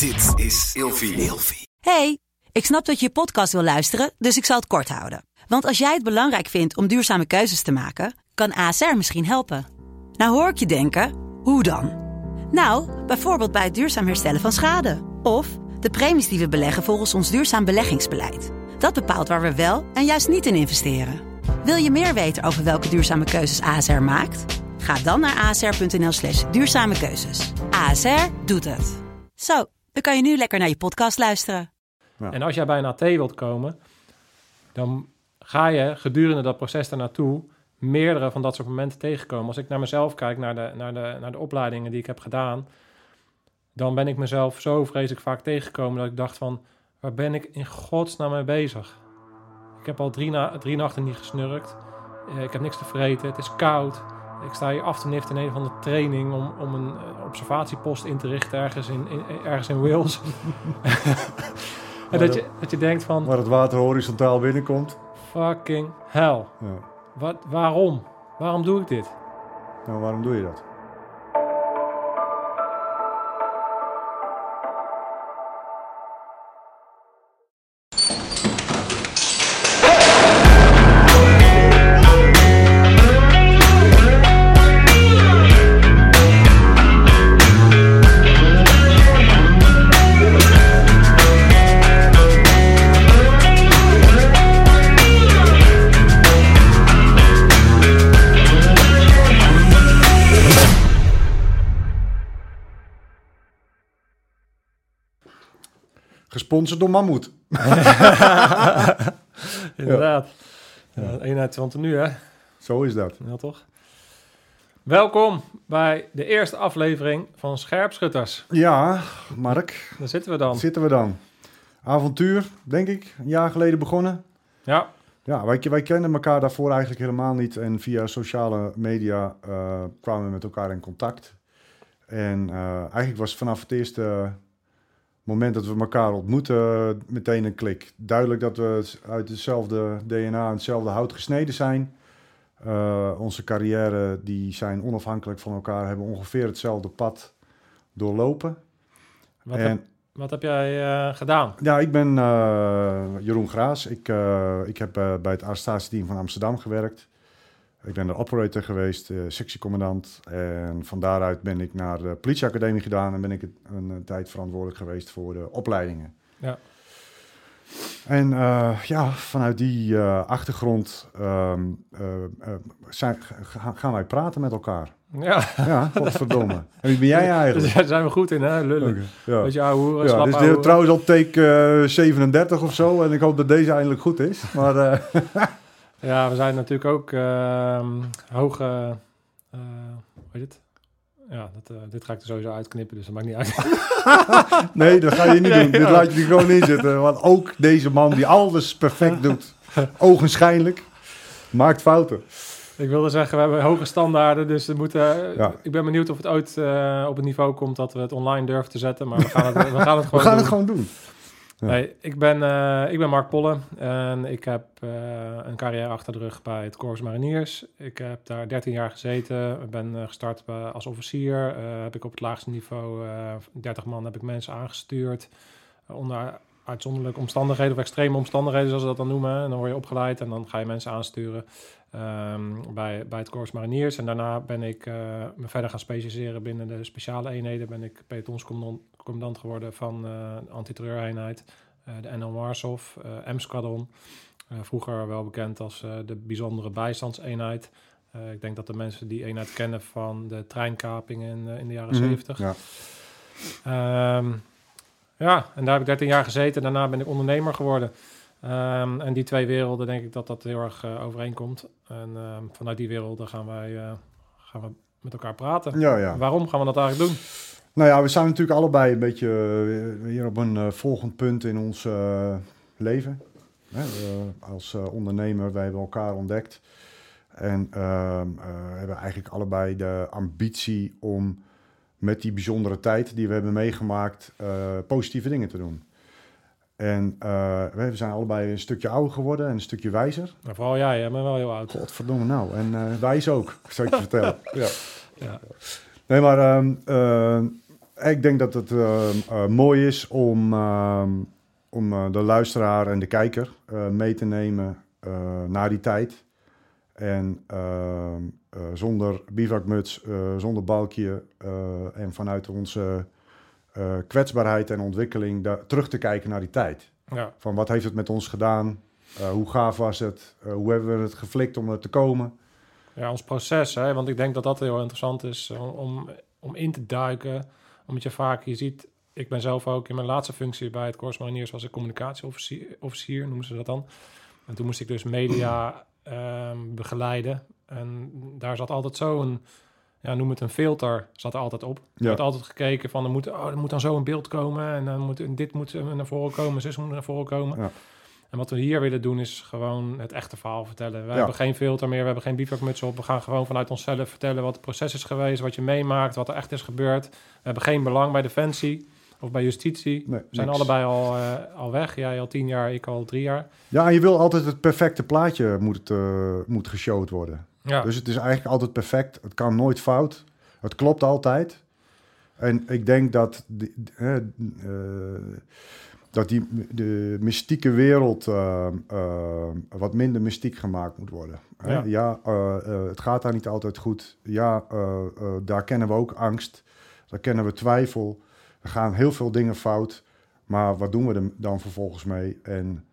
Dit is Ilfie. Hey, ik snap dat je je podcast wil luisteren, dus ik zal het kort houden. Want als jij het belangrijk vindt om duurzame keuzes te maken, kan ASR misschien helpen. Nou hoor ik je denken, hoe dan? Nou, bijvoorbeeld bij het duurzaam herstellen van schade. Of de premies die we beleggen volgens ons duurzaam beleggingsbeleid. Dat bepaalt waar we wel en juist niet in investeren. Wil je meer weten over welke duurzame keuzes ASR maakt? Ga dan naar asr.nl/duurzame keuzes. ASR doet het. Zo, dan kan je nu lekker naar je podcast luisteren. Ja. En als jij bij een AT wilt komen, dan ga je gedurende dat proces daarnaartoe meerdere van dat soort momenten tegenkomen. Als ik naar mezelf kijk, naar de opleidingen die ik heb gedaan, dan ben ik mezelf zo vreselijk vaak tegengekomen dat ik dacht van, waar ben ik in godsnaam mee bezig? Ik heb al drie nachten niet gesnurkt. Ik heb niks te vreten. Het is koud. Ik sta hier af te niften in een van de training om een observatiepost in te richten ergens in Wales. En dat je denkt van, waar het water horizontaal binnenkomt. Fucking hell. Ja. Waarom? Waarom doe ik dit? Nou, waarom doe je dat? Gesponsord door Mammoet. Inderdaad. Ja. Eenheid van het nu, hè? Zo is dat. Ja, toch? Welkom bij de eerste aflevering van Scherpschutters. Ja, Mark. Daar zitten we dan. Avontuur, denk ik. Een jaar geleden begonnen. Ja. Ja, wij kenden elkaar daarvoor eigenlijk helemaal niet. En via sociale media kwamen we met elkaar in contact. En eigenlijk was vanaf het eerste moment dat we elkaar ontmoeten meteen een klik. Duidelijk dat we uit hetzelfde DNA en hetzelfde hout gesneden zijn. Onze carrière die zijn onafhankelijk van elkaar, hebben ongeveer hetzelfde pad doorlopen. Wat heb jij gedaan? Ja, ik ben Jeroen Graas. Ik heb bij het arrestatieteam van Amsterdam gewerkt. Ik ben de operator geweest, sectiecommandant. En van daaruit ben ik naar de politieacademie gedaan en ben ik een tijd verantwoordelijk geweest voor de opleidingen. Ja. En vanuit die achtergrond gaan wij praten met elkaar. Ja. Ja, godverdomme. En wie ben jij eigenlijk? Daar zijn we goed in, hè? Lullen. Okay, ja. Weet je, ouwe hoeren, ja, dit is trouwens al take 37 of zo. En ik hoop dat deze eindelijk goed is. Maar ja, we zijn natuurlijk ook hoge... hoe heet het? Ja, dit ga ik er sowieso uitknippen, dus dat maakt niet uit. Nee, dat ga je niet doen. Dit laat je er gewoon in zitten. Want ook deze man die alles perfect doet, ogenschijnlijk, maakt fouten. Ik wilde zeggen, we hebben hoge standaarden, dus ik ben benieuwd of het ooit op het niveau komt dat we het online durven te zetten. Maar we gaan het gewoon doen. Ja. Nee, ik ben Mark Polle en ik heb een carrière achter de rug bij het Corps Mariniers. Ik heb daar 13 jaar gezeten. Ik ben gestart als officier. Heb ik op het laagste niveau 30 man heb ik mensen aangestuurd. Onder uitzonderlijke omstandigheden of extreme omstandigheden, zoals ze dat dan noemen. En dan word je opgeleid en dan ga je mensen aansturen bij het Corps Mariniers. En daarna ben ik me verder gaan specialiseren binnen de speciale eenheden. Ben ik pelotonscommandant geworden van de antiterreureenheid, de NL Marshof, M-Squadron. Vroeger wel bekend als de bijzondere bijstandseenheid. Ik denk dat de mensen die eenheid kennen van de treinkapingen in de jaren 70. Ja. En daar heb ik 13 jaar gezeten. Daarna ben ik ondernemer geworden. En die twee werelden, denk ik dat heel erg overeenkomt. En vanuit die werelden gaan we met elkaar praten. Ja. Waarom gaan we dat eigenlijk doen? Nou ja, we staan natuurlijk allebei een beetje hier op een volgend punt in ons leven. Als ondernemer, wij hebben elkaar ontdekt. En hebben eigenlijk allebei de ambitie om met die bijzondere tijd die we hebben meegemaakt positieve dingen te doen. En we zijn allebei een stukje ouder geworden en een stukje wijzer. Maar vooral jij bent wel heel oud. Godverdomme nou. En wijs ook, zou ik je vertellen. Ja. Nee, maar Ik denk dat het mooi is om de luisteraar en de kijker mee te nemen naar die tijd. En zonder bivakmuts, zonder balkje en vanuit onze kwetsbaarheid en ontwikkeling terug te kijken naar die tijd. Ja. Van wat heeft het met ons gedaan? Hoe gaaf was het? Hoe hebben we het geflikt om er te komen? Ja, ons proces, hè? Want ik denk dat dat heel interessant is om in te duiken. Omdat je ziet, ik ben zelf ook in mijn laatste functie bij het Corps Mariniers was ik communicatieofficier, noemen ze dat dan. En toen moest ik dus media begeleiden. En daar zat altijd zo'n, noem het een filter, zat er altijd op. Er werd altijd gekeken van, er moet dan zo een beeld komen en dan dit moet naar voren komen, zus moet naar voren komen. Ja. En wat we hier willen doen is gewoon het echte verhaal vertellen. We hebben geen filter meer, we hebben geen bivakmuts op. We gaan gewoon vanuit onszelf vertellen wat het proces is geweest, wat je meemaakt, wat er echt is gebeurd. We hebben geen belang bij Defensie of bij Justitie. Nee, we zijn allebei al weg. Jij al 10 jaar, ik al 3 jaar. Ja, en je wil altijd het perfecte plaatje moet geshowd worden. Ja. Dus het is eigenlijk altijd perfect. Het kan nooit fout. Het klopt altijd. En ik denk dat de mystieke wereld wat minder mystiek gemaakt moet worden. Het gaat daar niet altijd goed. Daar kennen we ook angst. Daar kennen we twijfel. Er gaan heel veel dingen fout. Maar wat doen we er dan vervolgens mee? En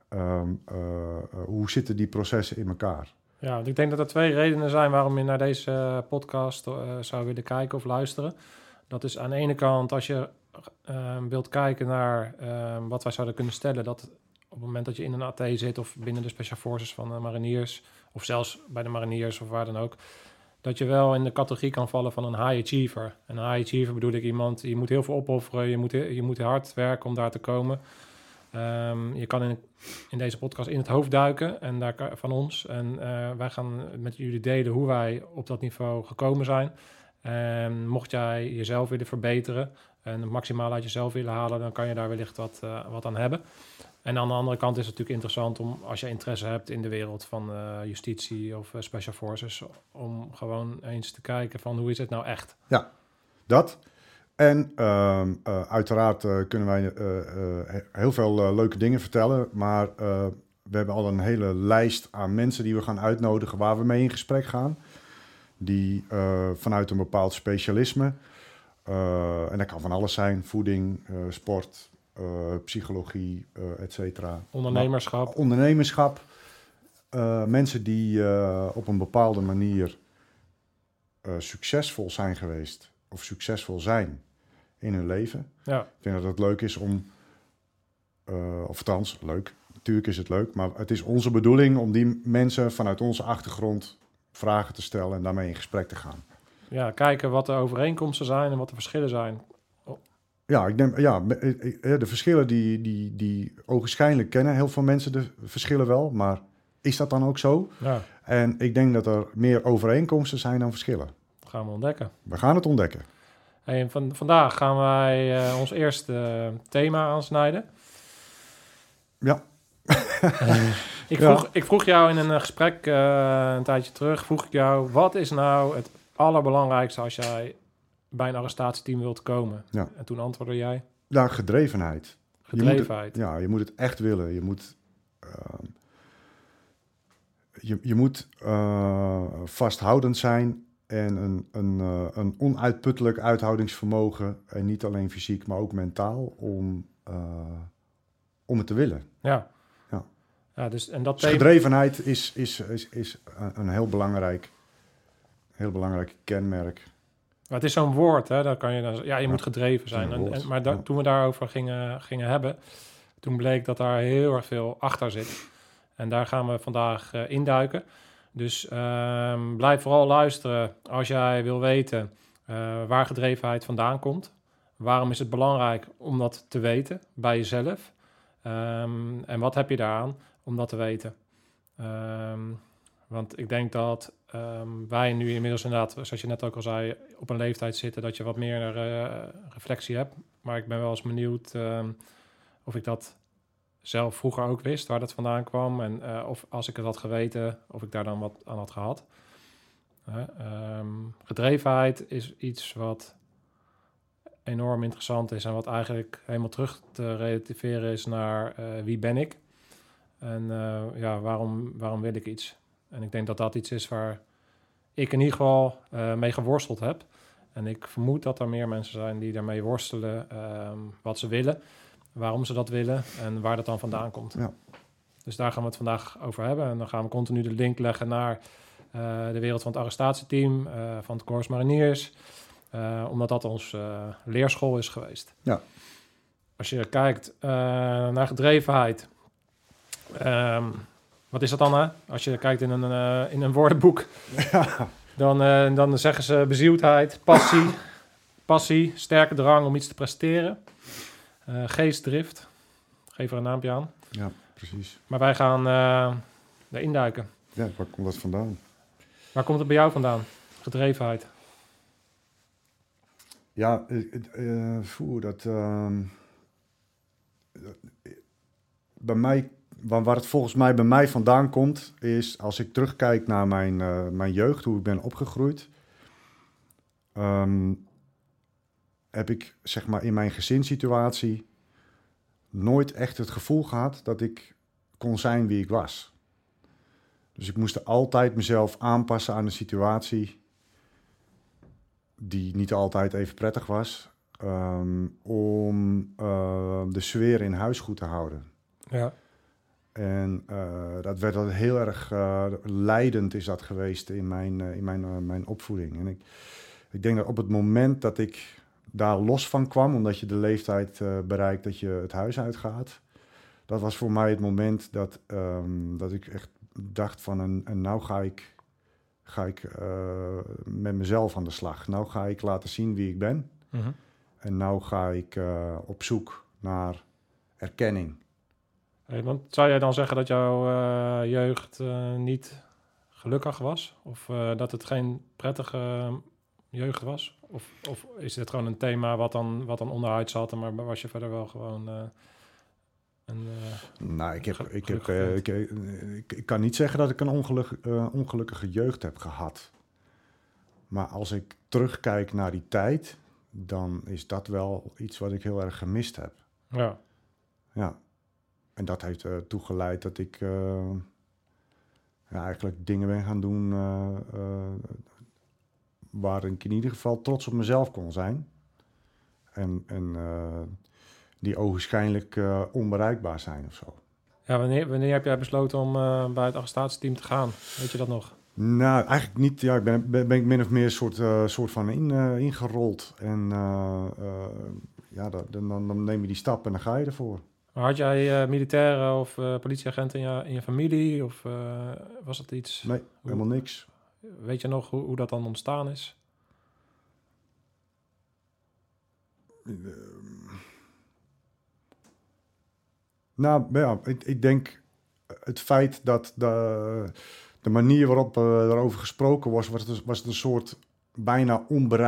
hoe zitten die processen in elkaar? Ja, want ik denk dat er 2 redenen zijn waarom je naar deze podcast zou willen kijken of luisteren. Dat is aan de ene kant, als je wilt kijken naar wat wij zouden kunnen stellen, dat op het moment dat je in een AT zit of binnen de Special Forces van de Mariniers, of zelfs bij de Mariniers of waar dan ook, dat je wel in de categorie kan vallen van een high achiever. Een high achiever bedoel ik iemand, je moet heel veel opofferen, je moet hard werken om daar te komen. Je kan in deze podcast in het hoofd duiken en daar van ons. En wij gaan met jullie delen hoe wij op dat niveau gekomen zijn. En mocht jij jezelf willen verbeteren en het maximaal uit jezelf willen halen, dan kan je daar wellicht wat aan hebben. En aan de andere kant is het natuurlijk interessant om, als je interesse hebt in de wereld van justitie of Special Forces, om gewoon eens te kijken van hoe is het nou echt? Ja, dat. En uiteraard kunnen wij heel veel leuke dingen vertellen, maar we hebben al een hele lijst aan mensen die we gaan uitnodigen waar we mee in gesprek gaan. Die vanuit een bepaald specialisme, en dat kan van alles zijn, voeding, sport, psychologie, et cetera. Ondernemerschap. Mensen die op een bepaalde manier succesvol zijn geweest of succesvol zijn in hun leven. Ja. Ik vind dat het leuk is om, of althans leuk, natuurlijk is het leuk, maar het is onze bedoeling om die mensen vanuit onze achtergrond vragen te stellen en daarmee in gesprek te gaan. Ja, kijken wat de overeenkomsten zijn en wat de verschillen zijn. Ja, ik denk, de verschillen die ogenschijnlijk kennen heel veel mensen de verschillen wel, maar is dat dan ook zo? Ja. En ik denk dat er meer overeenkomsten zijn dan verschillen. Dat gaan we ontdekken. We gaan het ontdekken. Hey, en vandaag gaan wij ons eerste thema aansnijden. Ja. Ik vroeg jou in een gesprek een tijdje terug, wat is nou het allerbelangrijkste als jij bij een arrestatieteam wilt komen? Ja. En toen antwoordde jij? Ja, gedrevenheid. Gedrevenheid. Je moet het echt willen. Je moet vasthoudend zijn en een onuitputtelijk uithoudingsvermogen. En niet alleen fysiek, maar ook mentaal om het te willen. Ja. Ja, dus gedrevenheid is een heel belangrijk kenmerk. Maar het is zo'n woord, hè? Daar kan je moet gedreven zijn. Toen we daarover gingen hebben, toen bleek dat daar heel erg veel achter zit. En daar gaan we vandaag induiken. Dus blijf vooral luisteren als jij wil weten waar gedrevenheid vandaan komt. Waarom is het belangrijk om dat te weten bij jezelf? En wat heb je daaraan om dat te weten? Want ik denk dat wij nu inmiddels inderdaad, zoals je net ook al zei, op een leeftijd zitten dat je wat meer reflectie hebt. Maar ik ben wel eens benieuwd of ik dat zelf vroeger ook wist, waar dat vandaan kwam. En of als ik het had geweten, of ik daar dan wat aan had gehad. Gedrevenheid is iets wat enorm interessant is en wat eigenlijk helemaal terug te relativeren is naar wie ben ik en waarom wil ik iets. En ik denk dat dat iets is waar ik in ieder geval mee geworsteld heb. En ik vermoed dat er meer mensen zijn die daarmee worstelen wat ze willen, waarom ze dat willen en waar dat dan vandaan komt. Ja. Dus daar gaan we het vandaag over hebben. En dan gaan we continu de link leggen naar de wereld van het arrestatieteam, van het Corps Mariniers, omdat dat ons leerschool is geweest. Ja. Als je kijkt naar gedrevenheid, wat is dat dan? Hè? Als je kijkt in een woordenboek, dan zeggen ze bezieldheid, passie, sterke drang om iets te presteren, geestdrift, geef er een naampje aan. Ja, precies. Maar wij gaan erin duiken. Ja, waar komt dat vandaan? Waar komt het bij jou vandaan? Gedrevenheid. Ja, bij mij, waar het volgens mij bij mij vandaan komt, is als ik terugkijk naar mijn jeugd, hoe ik ben opgegroeid, heb ik zeg maar in mijn gezinssituatie nooit echt het gevoel gehad dat ik kon zijn wie ik was. Dus ik moest altijd mezelf aanpassen aan een situatie die niet altijd even prettig was, om de sfeer in huis goed te houden. Ja. En dat werd altijd heel erg leidend is dat geweest in mijn opvoeding. En ik denk dat op het moment dat ik daar los van kwam, omdat je de leeftijd bereikt dat je het huis uitgaat, dat was voor mij het moment dat ik echt dacht van en nou ga ik met mezelf aan de slag. Nou ga ik laten zien wie ik ben. Mm-hmm. En nou ga ik op zoek naar erkenning. Hey, want zou jij dan zeggen dat jouw jeugd niet gelukkig was? Of dat het geen prettige jeugd was? Of is dit gewoon een thema wat dan onderuit zat, maar was je verder wel gewoon Nou, ik kan niet zeggen dat ik een ongelukkige jeugd heb gehad. Maar als ik terugkijk naar die tijd, dan is dat wel iets wat ik heel erg gemist heb. Ja. Ja. En dat heeft ertoe geleid dat ik eigenlijk dingen ben gaan doen waar ik in ieder geval trots op mezelf kon zijn. En die ogenschijnlijk onbereikbaar zijn of zo. Ja, wanneer heb jij besloten om bij het arrestatieteam te gaan? Weet je dat nog? Nou, eigenlijk niet. Ja, ik ben ik min of meer een soort van ingerold. En dan neem je die stap en dan ga je ervoor. Maar had jij militairen of politieagenten in je familie? Of was dat iets? Nee, helemaal niks. Weet je nog hoe dat dan ontstaan is? Nou ja, ik denk het feit dat de manier waarop erover gesproken was het een soort bijna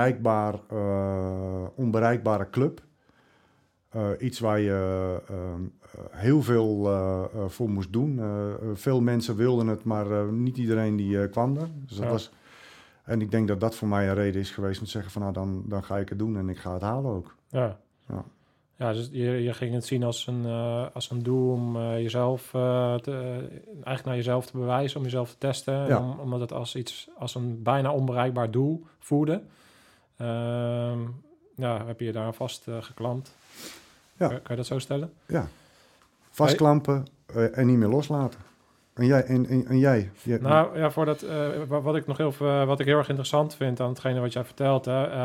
onbereikbare club. Iets waar je heel veel voor moest doen. Veel mensen wilden het, maar niet iedereen die kwam er. Dus dat was, en ik denk dat dat voor mij een reden is geweest om te zeggen van nou, dan ga ik het doen en ik ga het halen ook. Ja. Ja, dus je ging het zien als een doel om jezelf eigenlijk naar jezelf te bewijzen, om jezelf te testen. Ja. Omdat het als een bijna onbereikbaar doel voelde. Heb je je daar vast geklampt? Ja. Kan je dat zo stellen? Ja. Vastklampen en niet meer loslaten. En jij? Nou ja, voordat wat ik heel erg interessant vind aan hetgene wat jij vertelt,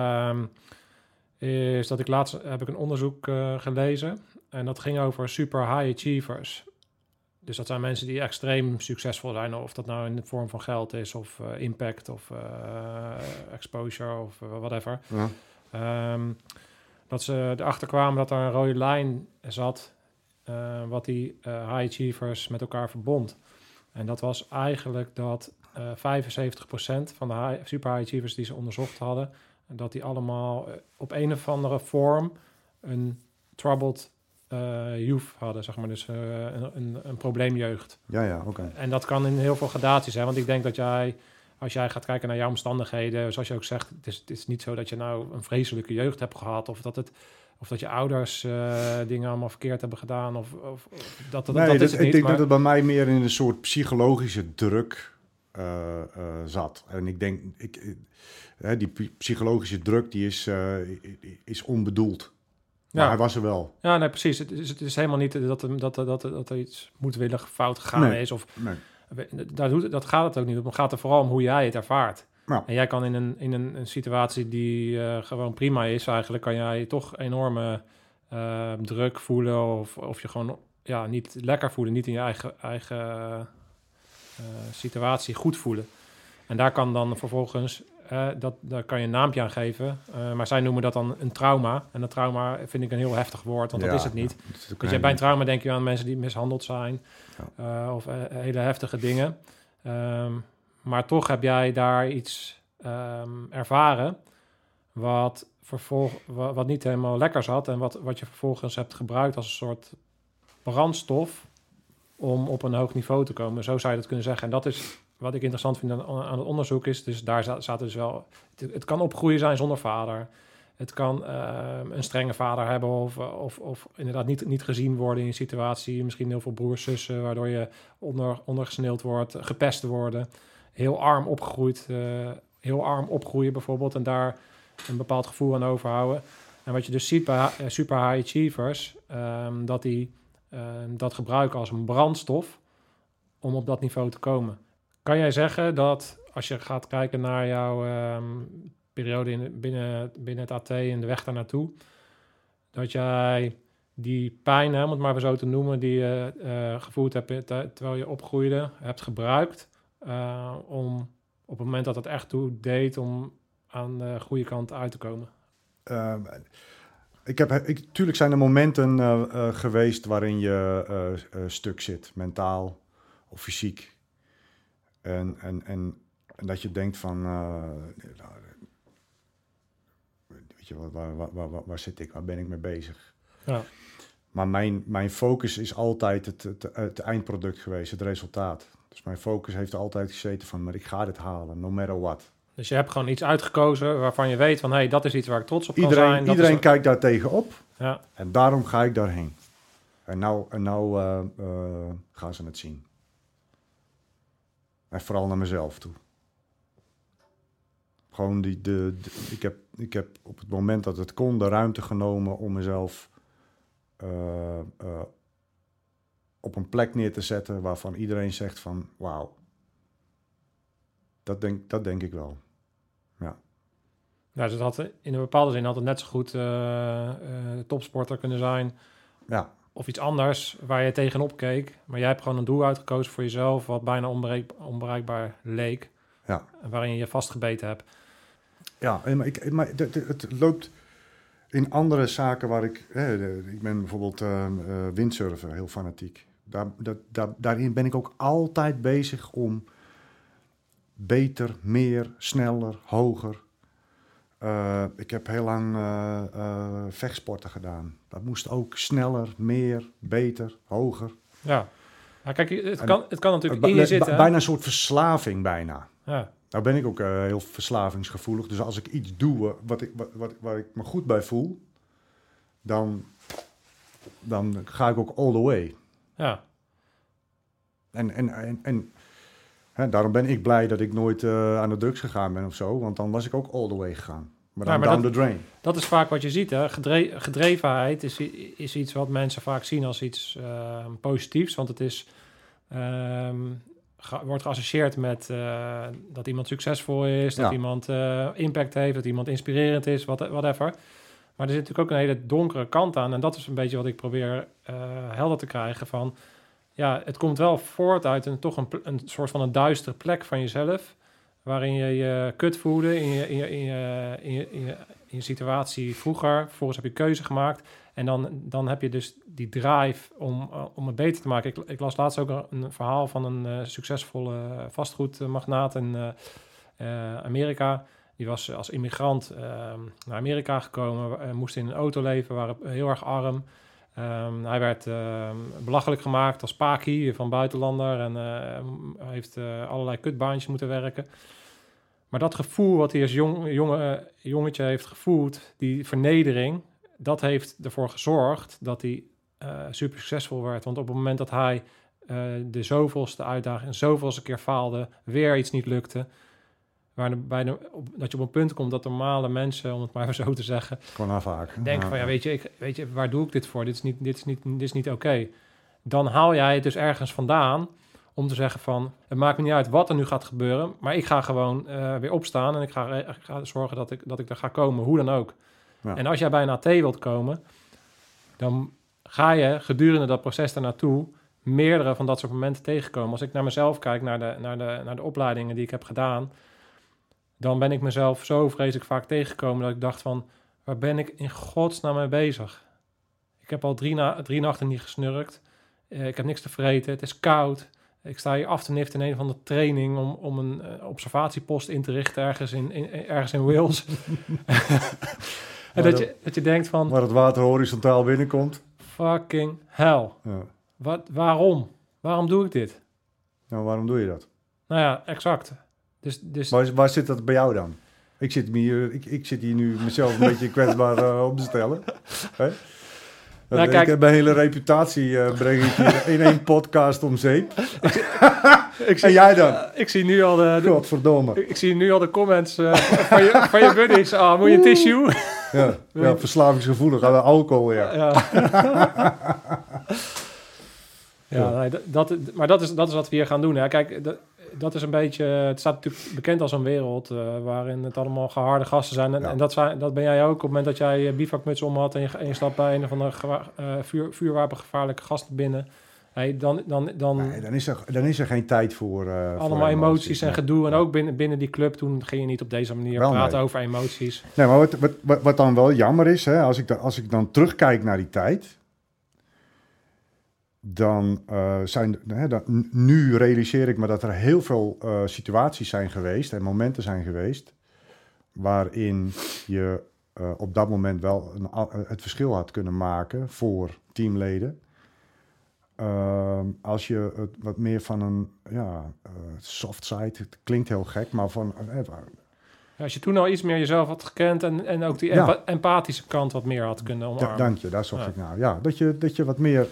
is dat laatst heb ik een onderzoek gelezen en dat ging over super high achievers. Dus dat zijn mensen die extreem succesvol zijn, of dat nou in de vorm van geld is, of impact, of exposure, of whatever. Ja. Dat ze erachter kwamen dat er een rode lijn zat, wat die high achievers met elkaar verbond. En dat was eigenlijk dat 75% van de super high achievers die ze onderzocht hadden, dat die allemaal op een of andere vorm een troubled youth hadden, zeg maar. Dus een probleemjeugd. Ja, oké. En dat kan in heel veel gradaties zijn, want ik denk dat jij als jij gaat kijken naar jouw omstandigheden, zoals je ook zegt, het is niet zo dat je nou een vreselijke jeugd hebt gehad, of dat je ouders dingen allemaal verkeerd hebben gedaan, of dat is het niet. Ik denk dat het bij mij meer in een soort psychologische druk zat. En ik denk, die psychologische druk die is onbedoeld. Maar hij was er wel. Ja, nee, precies. Het is helemaal niet dat er iets moedwillig fout gegaan is. Of, dat gaat het ook niet om. Het gaat er vooral om hoe jij het ervaart. Ja. En jij kan in een situatie die gewoon prima is, eigenlijk kan jij toch enorme druk voelen. Of je gewoon niet lekker voelen. Niet in je eigen situatie goed voelen. En daar kan dan vervolgens... daar kan je een naampje aan geven. Maar zij noemen dat dan een trauma. En dat trauma vind ik een heel heftig woord, want dat is het niet. Dus bij een trauma denk je aan mensen die mishandeld zijn. Ja. Of hele heftige dingen. Maar toch heb jij daar iets ervaren... wat niet helemaal lekker zat... en wat je vervolgens hebt gebruikt als een soort brandstof... om op een hoog niveau te komen. Zo zou je dat kunnen zeggen. En dat is... Wat ik interessant vind aan het onderzoek is... dus daar zaten dus wel... Het kan opgroeien zijn zonder vader. Het kan een strenge vader hebben... of inderdaad niet gezien worden in een situatie. Misschien heel veel broers, zussen... waardoor je ondergesneeuwd wordt, gepest worden. Heel arm opgegroeid. Heel arm opgroeien bijvoorbeeld... en daar een bepaald gevoel aan overhouden. En wat je dus ziet bij super high achievers... dat die dat gebruiken als een brandstof... om op dat niveau te komen... Kan jij zeggen dat als je gaat kijken naar jouw periode binnen het AT en de weg daar naartoe, dat jij die pijn, om het maar zo te noemen, die je gevoeld hebt terwijl je opgroeide, hebt gebruikt om op het moment dat het echt toe deed om aan de goede kant uit te komen? Tuurlijk zijn er momenten geweest waarin je stuk zit, mentaal of fysiek. En dat je denkt van, weet je, waar zit ik, waar ben ik mee bezig? Ja. Maar mijn focus is altijd het eindproduct geweest, het resultaat. Dus mijn focus heeft altijd gezeten van, maar ik ga dit halen, no matter what. Dus je hebt gewoon iets uitgekozen waarvan je weet van, hey, dat is iets waar ik trots op kan zijn. Iedereen kijkt daar tegenop en daarom ga ik daarheen. En nou gaan ze het zien. En vooral naar mezelf toe. Gewoon ik heb op het moment dat het kon de ruimte genomen om mezelf op een plek neer te zetten waarvan iedereen zegt van wauw. Dat denk ik wel. Ja. Nou, dus had in een bepaalde zin had het net zo goed topsporter kunnen zijn. Ja. Of iets anders waar je tegenop keek. Maar jij hebt gewoon een doel uitgekozen voor jezelf... wat bijna onbereikbaar leek. Ja. Waarin je je vastgebeten hebt. Ja, maar het loopt in andere zaken waar ik ben bijvoorbeeld windsurfer, heel fanatiek. Daarin ben ik ook altijd bezig om beter, meer, sneller, hoger... ik heb heel lang vechtsporten gedaan. Dat moest ook sneller, meer, beter, hoger. Ja, maar kijk, het kan natuurlijk in je zitten. Bijna een soort verslaving bijna. Ja. Nou ben ik ook heel verslavingsgevoelig. Dus als ik iets doe waar ik me goed bij voel... dan ga ik ook all the way. Ja. En daarom ben ik blij dat ik nooit aan de drugs gegaan ben of zo. Want dan was ik ook all the way gegaan. Maar dan down the drain. Dat is vaak wat je ziet. Hè? Gedrevenheid is iets wat mensen vaak zien als iets positiefs. Want het is, wordt geassocieerd met dat iemand succesvol is. Dat iemand impact heeft. Dat iemand inspirerend is. Whatever. Maar er zit natuurlijk ook een hele donkere kant aan. En dat is een beetje wat ik probeer helder te krijgen van... Ja, het komt wel voort uit een soort van een duistere plek van jezelf... waarin je je kut voelde in je situatie vroeger. Vervolgens heb je keuze gemaakt. En dan heb je dus die drive om het beter te maken. Ik las laatst ook een verhaal van een succesvolle vastgoedmagnaat in Amerika. Die was als immigrant naar Amerika gekomen. Moest in een auto leven, waren heel erg arm... hij werd belachelijk gemaakt als paki van buitenlander en heeft allerlei kutbaantjes moeten werken. Maar dat gevoel wat hij als jongetje heeft gevoeld, die vernedering, dat heeft ervoor gezorgd dat hij super succesvol werd. Want op het moment dat hij de zoveelste uitdaging en zoveelste keer faalde, weer iets niet lukte, dat je op een punt komt dat normale mensen, om het maar even zo te zeggen, Gewoon afhaken. denken van, weet je, waar doe ik dit voor? Dit is niet oké. Dan haal jij het dus ergens vandaan om te zeggen van, het maakt me niet uit wat er nu gaat gebeuren, maar ik ga gewoon weer opstaan en ik ga zorgen dat ik er ga komen, hoe dan ook. Ja. En als jij bij een AT wilt komen, dan ga je gedurende dat proces daarnaartoe meerdere van dat soort momenten tegenkomen. Als ik naar mezelf kijk, naar de opleidingen die ik heb gedaan, dan ben ik mezelf zo vreselijk vaak tegengekomen dat ik dacht van, waar ben ik in godsnaam mee bezig? Ik heb al drie nachten niet gesnurkt. Ik heb niks te vreten. Het is koud. Ik sta hier af te niften in een van de training om een observatiepost in te richten ergens in Wales. En dat je denkt van, Waar het water horizontaal binnenkomt. fucking hell. Ja. Waarom? Waarom doe ik dit? Nou, waarom doe je dat? Nou ja, exact. Dus Waar zit dat bij jou dan? Ik zit hier nu mezelf een beetje kwetsbaar op te stellen. Hè? Nou, kijk, ik heb mijn hele reputatie breng ik hier in één podcast om zeep. En jij dan? Ik zie nu al Godverdomme. ik zie nu al de comments van je buddies. Moet je een tissue? Ja, verslavingsgevoelig aan de alcohol, ja. Nee, maar dat is wat we hier gaan doen. Hè. Kijk, dat is een beetje... Het staat natuurlijk bekend als een wereld waarin het allemaal geharde gasten zijn. En dat ben jij ook op het moment dat jij je bivakmuts om had en je stapt bij een of andere vuurwapengevaarlijke gasten binnen. Hey, dan is er geen tijd voor... allemaal emoties en gedoe. En ook binnen die club, toen ging je niet op deze manier praten over emoties. Nee, maar wat dan wel jammer is, hè, als ik dan terugkijk naar die tijd, dan nu realiseer ik me dat er heel veel situaties zijn geweest en momenten zijn geweest waarin je op dat moment wel het verschil had kunnen maken voor teamleden. Als je het wat meer van een soft side, het klinkt heel gek, maar van... Als je toen al iets meer jezelf had gekend en ook die empathische kant wat meer had kunnen omarmen. Dank je, daar zocht ik naar. Ja, dat je wat meer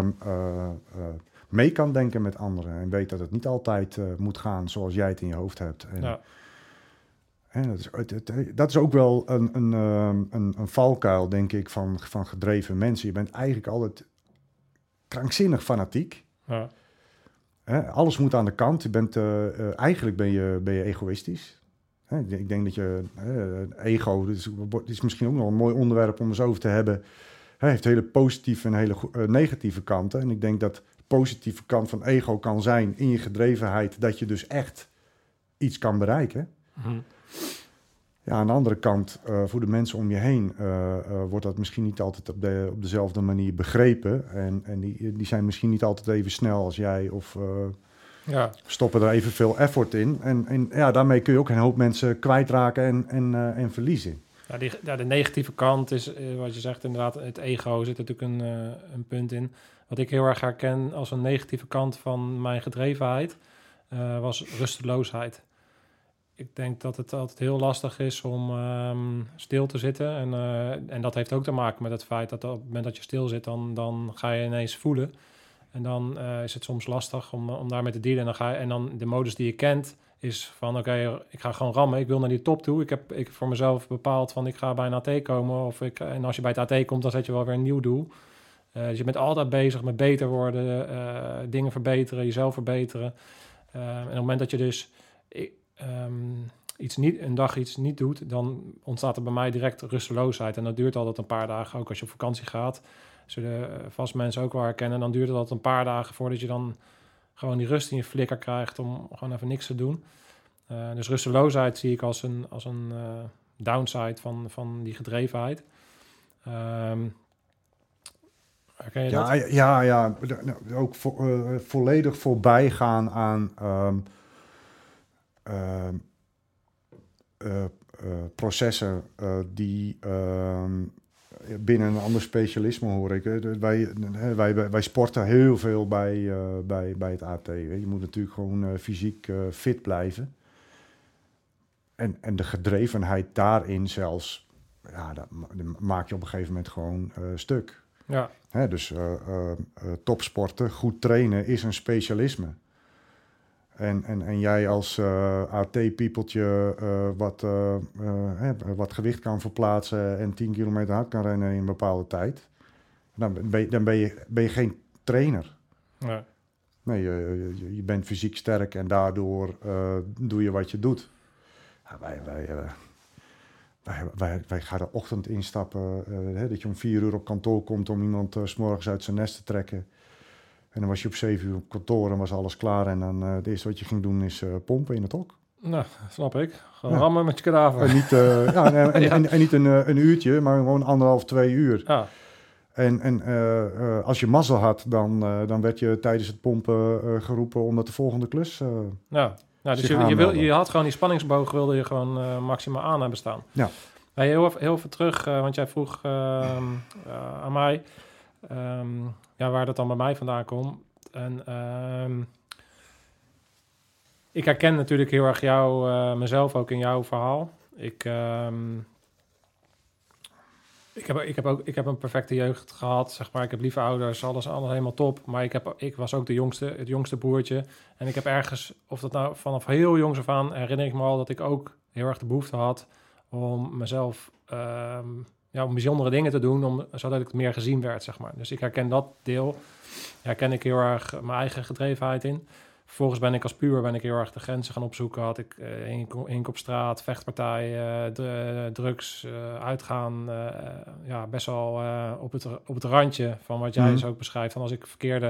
mee kan denken met anderen en weet dat het niet altijd moet gaan zoals jij het in je hoofd hebt. En dat is ook wel een valkuil, denk ik, van gedreven mensen. Je bent eigenlijk altijd krankzinnig fanatiek. Ja. Alles moet aan de kant. Eigenlijk ben je egoïstisch. Ik denk dat je ego, dit is misschien ook nog een mooi onderwerp om eens over te hebben. Hij heeft hele positieve en hele negatieve kanten. En ik denk dat de positieve kant van ego kan zijn in je gedrevenheid dat je dus echt iets kan bereiken. Mm-hmm. Ja, aan de andere kant, voor de mensen om je heen wordt dat misschien niet altijd op dezelfde manier begrepen. En die zijn misschien niet altijd even snel als jij of stoppen er evenveel effort in. En daarmee kun je ook een hoop mensen kwijtraken en verliezen. Ja, de negatieve kant is, wat je zegt inderdaad, het ego zit natuurlijk een punt in. Wat ik heel erg herken als een negatieve kant van mijn gedrevenheid, was rusteloosheid. Ik denk dat het altijd heel lastig is om stil te zitten. En dat heeft ook te maken met het feit dat op het moment dat je stil zit, dan ga je ineens voelen. En dan is het soms lastig om daarmee te dealen. En dan de modus die je kent is van oké, ik ga gewoon rammen. Ik wil naar die top toe. Ik heb voor mezelf bepaald van ik ga bij een AT komen. En als je bij het AT komt, dan zet je wel weer een nieuw doel. Dus je bent altijd bezig met beter worden, dingen verbeteren, jezelf verbeteren. En op het moment dat je dus... een dag iets niet doet, dan ontstaat er bij mij direct rusteloosheid. En dat duurt altijd een paar dagen, ook als je op vakantie gaat. Zullen vast mensen ook wel herkennen. Dan duurt het altijd een paar dagen voordat je dan gewoon die rust in je flikker krijgt om gewoon even niks te doen. Dus rusteloosheid zie ik als een downside van die gedrevenheid. Herken je dat? Ja. Ook volledig voorbij gaan aan... processen die binnen een ander specialisme horen. Wij sporten heel veel bij het AT. Je moet natuurlijk gewoon fysiek fit blijven. En de gedrevenheid daarin zelfs, dat maak je op een gegeven moment gewoon stuk. Ja. Hè, dus topsporten, goed trainen is een specialisme. En jij als AT-piepeltje wat gewicht kan verplaatsen en 10 kilometer hard kan rennen in een bepaalde tijd, dan ben je geen trainer. Nee. Nee, je bent fysiek sterk en daardoor doe je wat je doet. Ja, wij gaan de ochtend instappen, dat je om 4 uur op kantoor komt om iemand 's morgens uit zijn nest te trekken. En dan was je op 7 uur op kantoor en was alles klaar. En dan het eerste wat je ging doen is pompen in het hok. Nou, snap ik. Gewoon rammen met je kadaver. En niet, en niet een uurtje, maar gewoon 1,5, 2 uur. Ja. En als je mazzel had, dan werd je tijdens het pompen geroepen omdat de volgende klus... Dus je had gewoon die spanningsboog wilde je gewoon maximaal aan hebben staan. Ja. Heel even terug, want jij vroeg aan mij waar dat dan bij mij vandaan komt. En ik herken natuurlijk heel erg mezelf ook in jouw verhaal. Ik heb een perfecte jeugd gehad, zeg maar. Ik heb lieve ouders, alles helemaal top. Maar ik was ook het jongste broertje. En ik heb ergens, of dat nou vanaf heel jongs af aan, herinner ik me al dat ik ook heel erg de behoefte had om mezelf, om bijzondere dingen te doen, zodat ik meer gezien werd, zeg maar. Dus ik herken dat deel. Herken ik heel erg mijn eigen gedrevenheid in. Vervolgens ben ik als puber heel erg de grenzen gaan opzoeken. Had ik hink op straat, vechtpartijen, drugs, uitgaan. Best wel op het randje van wat jij zo ook beschrijft. Van als ik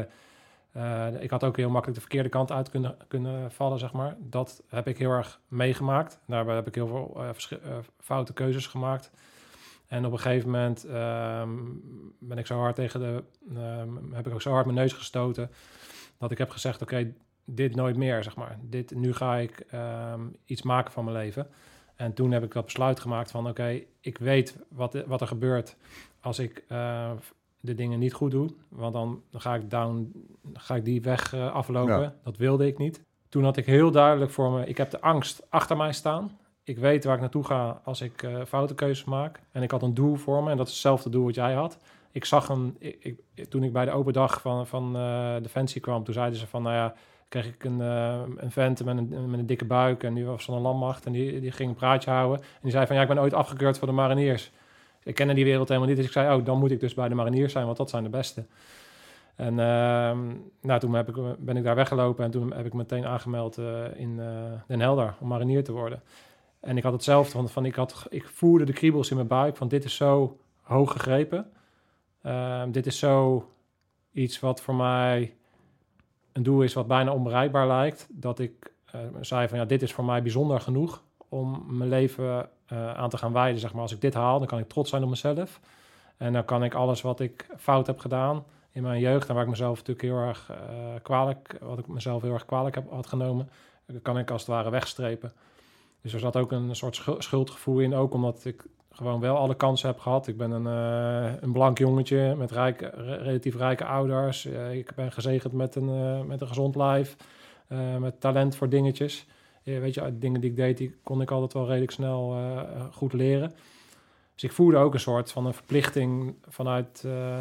ik had ook heel makkelijk de verkeerde kant uit kunnen vallen, zeg maar. Dat heb ik heel erg meegemaakt. Daarbij heb ik heel veel foute keuzes gemaakt. En op een gegeven moment heb ik ook zo hard mijn neus gestoten dat ik heb gezegd, oké, dit nooit meer, zeg maar. Nu ga ik iets maken van mijn leven. En toen heb ik dat besluit gemaakt van, oké, ik weet wat er gebeurt als ik de dingen niet goed doe. Want dan ga ik die weg aflopen. Ja. Dat wilde ik niet. Toen had ik heel duidelijk voor me, ik heb de angst achter mij staan. Ik weet waar ik naartoe ga als ik foute keuzes maak. En ik had een doel voor me en dat is hetzelfde doel wat jij had. Ik zag toen ik bij de open dag van Defensie kwam, toen zeiden ze van, kreeg ik een vent met een dikke buik en die was van een landmacht en die ging een praatje houden. En die zei van, ik ben ooit afgekeurd voor de mariniers. Ik kende die wereld helemaal niet, dus ik zei, dan moet ik dus bij de mariniers zijn, want dat zijn de beste. En toen ben ik daar weggelopen en toen heb ik meteen aangemeld in Den Helder om marinier te worden. En ik had hetzelfde, ik voelde de kriebels in mijn buik van dit is zo hoog gegrepen. Dit is zo iets wat voor mij een doel is wat bijna onbereikbaar lijkt. Dat ik zei van dit is voor mij bijzonder genoeg om mijn leven aan te gaan wijden. Zeg maar. Als ik dit haal, dan kan ik trots zijn op mezelf. En dan kan ik alles wat ik fout heb gedaan in mijn jeugd en waar ik mezelf natuurlijk heel erg kwalijk had genomen, dan kan ik als het ware wegstrepen. Dus er zat ook een soort schuldgevoel in, ook omdat ik gewoon wel alle kansen heb gehad. Ik ben een blank jongetje met relatief rijke ouders. Ik ben gezegend met een gezond lijf, met talent voor dingetjes. Dingen die ik deed, die kon ik altijd wel redelijk snel goed leren. Dus ik voelde ook een soort van een verplichting vanuit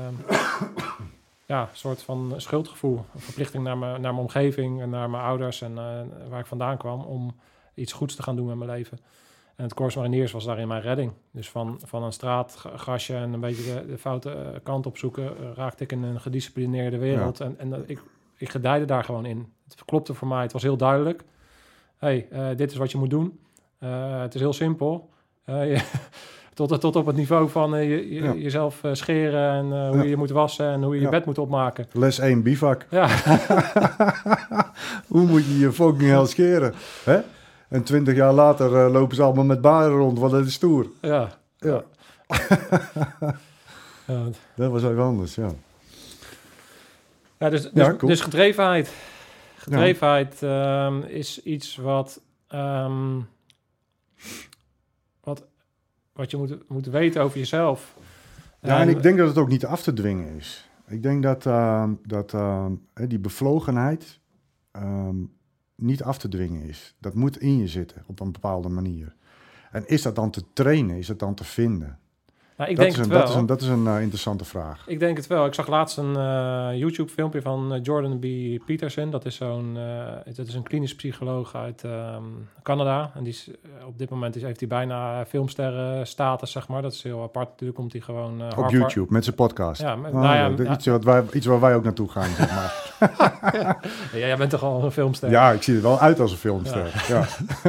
een soort van schuldgevoel. Een verplichting naar mijn omgeving en naar mijn ouders en waar ik vandaan kwam om iets goeds te gaan doen met mijn leven. En het Corps Mariniers was daarin mijn redding. Dus van een straatgasje en een beetje de foute kant opzoeken, raakte ik in een gedisciplineerde wereld. Ja. En ik gedijde daar gewoon in. Het klopte voor mij, het was heel duidelijk. Dit is wat je moet doen. Het is heel simpel. Tot op het niveau van jezelf scheren en hoe je je moet wassen en hoe je je bed moet opmaken. Les 1, bivak. Ja. Hoe moet je fucking hell scheren? Hè? En 20 jaar later lopen ze allemaal met baren rond, want dat is stoer. Ja. Dat was even anders, ja. Ja, dus gedrevenheid. Gedrevenheid is iets wat je moet weten over jezelf. Ja, en ik denk dat het ook niet af te dwingen is. Ik denk dat die bevlogenheid niet af te dwingen is. Dat moet in je zitten op een bepaalde manier. En is dat dan te trainen? Is dat dan te vinden? Nou, ik denk het wel. Dat is een interessante vraag. Ik denk het wel. Ik zag laatst een YouTube-filmpje van Jordan B. Peterson. Dat is een klinisch psycholoog uit Canada. En die is, op dit moment heeft hij bijna filmsterren-status, zeg maar. Dat is heel apart. Natuurlijk komt hij gewoon... op YouTube, met zijn podcast. Ja, iets waar wij ook naartoe gaan, zeg maar. Ja, jij bent toch al een filmster? Ja, ik zie er wel uit als een filmster. Ja.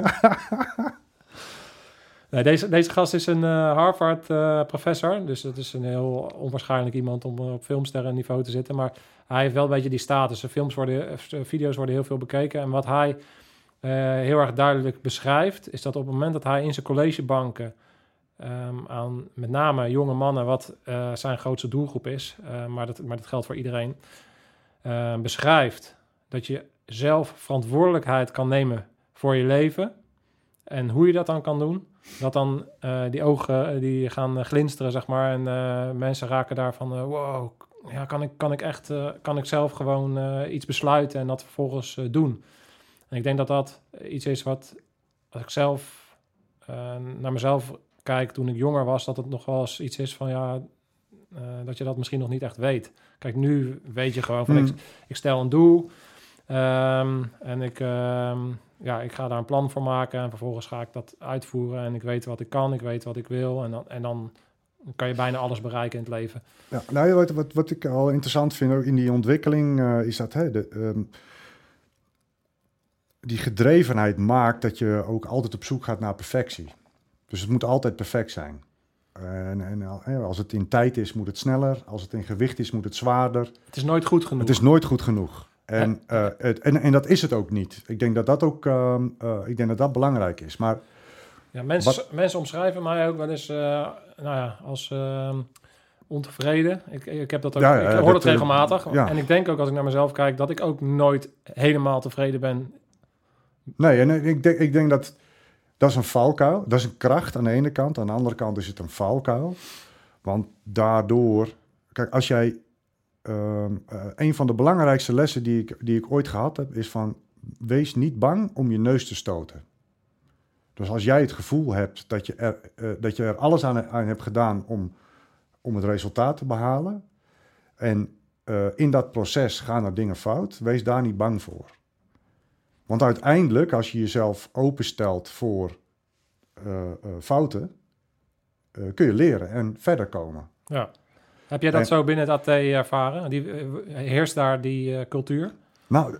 Nee, deze gast is een Harvard-professor. Dus dat is een heel onwaarschijnlijk iemand om op filmsterrenniveau te zitten. Maar hij heeft wel een beetje die status. Video's worden heel veel bekeken. En wat hij heel erg duidelijk beschrijft... is dat op het moment dat hij in zijn collegebanken... aan met name jonge mannen... wat zijn grootste doelgroep is... maar dat geldt voor iedereen... beschrijft dat je zelf verantwoordelijkheid kan nemen voor je leven... En hoe je dat dan kan doen, dat dan die ogen die gaan glinsteren, zeg maar. En mensen raken daarvan, wow, ja, kan ik zelf gewoon iets besluiten en dat vervolgens doen. En ik denk dat dat iets is wat, als ik zelf naar mezelf kijk toen ik jonger was, dat het nog wel eens iets is van, dat je dat misschien nog niet echt weet. Kijk, nu weet je gewoon van, ik stel een doel en ik ga daar een plan voor maken en vervolgens ga ik dat uitvoeren en ik weet wat ik kan, ik weet wat ik wil en dan kan je bijna alles bereiken in het leven. Ja, nou, wat ik al interessant vind ook in die ontwikkeling is dat die gedrevenheid maakt dat je ook altijd op zoek gaat naar perfectie. Dus het moet altijd perfect zijn. En als het in tijd is, moet het sneller. Als het in gewicht is, moet het zwaarder. Het is nooit goed genoeg. Het is nooit goed genoeg. En dat is het ook niet. Ik denk dat dat belangrijk is. Maar ja, mensen omschrijven mij ook wel eens als ontevreden. Ik heb dat ook. Ik hoor het regelmatig. En ik denk ook als ik naar mezelf kijk dat ik ook nooit helemaal tevreden ben. Nee, en ik denk dat is een valkuil. Dat is een kracht aan de ene kant. Aan de andere kant is het een valkuil. Want daardoor, kijk, als jij een van de belangrijkste lessen die ik ooit gehad heb, is van wees niet bang om je neus te stoten. Dus als jij het gevoel hebt dat je er alles aan hebt gedaan om het resultaat te behalen, en in dat proces gaan er dingen fout, wees daar niet bang voor. Want uiteindelijk, als je jezelf openstelt voor fouten, kun je leren en verder komen. Ja. Heb jij dat zo binnen het AT ervaren? Heerst daar die cultuur? Nou,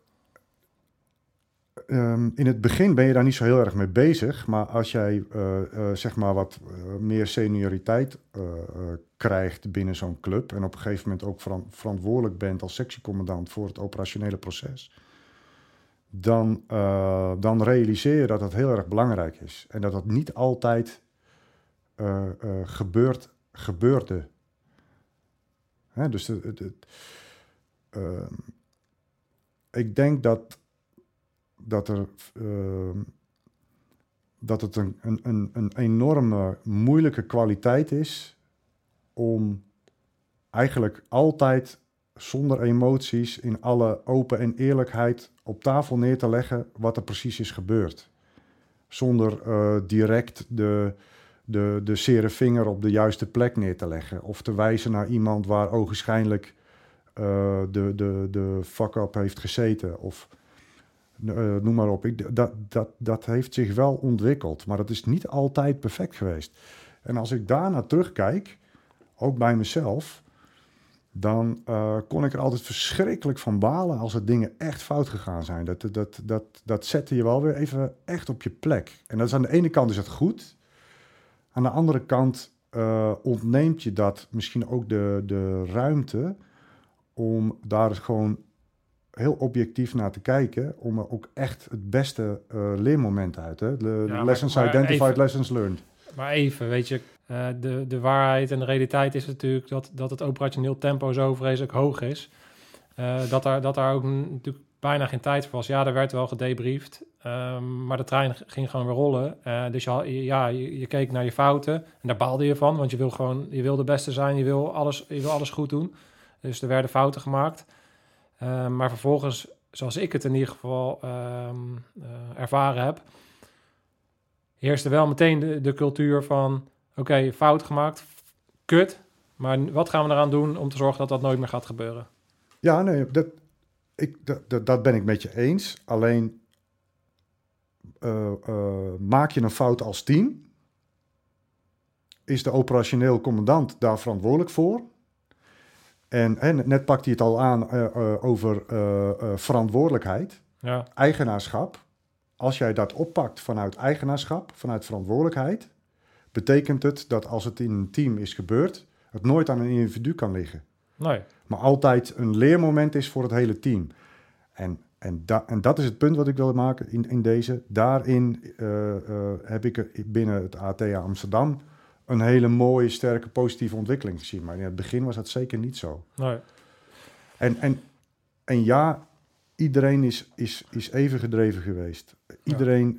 in het begin ben je daar niet zo heel erg mee bezig. Maar als jij zeg maar wat meer senioriteit krijgt binnen zo'n club, en op een gegeven moment ook verantwoordelijk bent als sectiecommandant voor het operationele proces, dan realiseer je dat dat heel erg belangrijk is. En dat dat niet altijd gebeurde. Hè, dus ik denk dat het een enorme moeilijke kwaliteit is om eigenlijk altijd zonder emoties in alle open en eerlijkheid op tafel neer te leggen wat er precies is gebeurd. Zonder direct de zere vinger op de juiste plek neer te leggen. Of te wijzen naar iemand waar ogenschijnlijk de fuck-up heeft gezeten. Of noem maar op. Dat heeft zich wel ontwikkeld. Maar dat is niet altijd perfect geweest. En als ik daarna terugkijk, ook bij mezelf, dan kon ik er altijd verschrikkelijk van balen als er dingen echt fout gegaan zijn. Dat zette je wel weer even echt op je plek. En dat is aan de ene kant is het goed. Aan de andere kant ontneemt je dat misschien ook de ruimte om daar gewoon heel objectief naar te kijken, om er ook echt het beste leermoment uit. Hè? Lessons identified, lessons learned. Maar even, weet je, de waarheid en de realiteit is natuurlijk dat het operationeel tempo zo vreselijk hoog is. Dat daar ook natuurlijk bijna geen tijd voor was. Ja, er werd wel gedebriefd, maar de trein ging gewoon weer rollen. Dus je keek naar je fouten en daar baalde je van, want je wil de beste zijn, je wil alles goed doen. Dus er werden fouten gemaakt. Maar vervolgens zoals ik het in ieder geval ervaren heb, heerste wel meteen de cultuur van, oké, fout gemaakt, kut, maar wat gaan we eraan doen om te zorgen dat dat nooit meer gaat gebeuren? Ja, nee, dat ben ik met je eens. Alleen maak je een fout als team, is de operationeel commandant daar verantwoordelijk voor. En net pakt hij het al aan over verantwoordelijkheid, eigenaarschap. Als jij dat oppakt vanuit eigenaarschap, vanuit verantwoordelijkheid, betekent het dat als het in een team is gebeurd, het nooit aan een individu kan liggen. Nee. Maar altijd een leermoment is voor het hele team. En dat is het punt wat ik wil maken in deze. Daarin heb ik binnen het ATA Amsterdam een hele mooie, sterke, positieve ontwikkeling gezien. Maar in het begin was dat zeker niet zo. Nee. En ja, iedereen is even gedreven geweest. Iedereen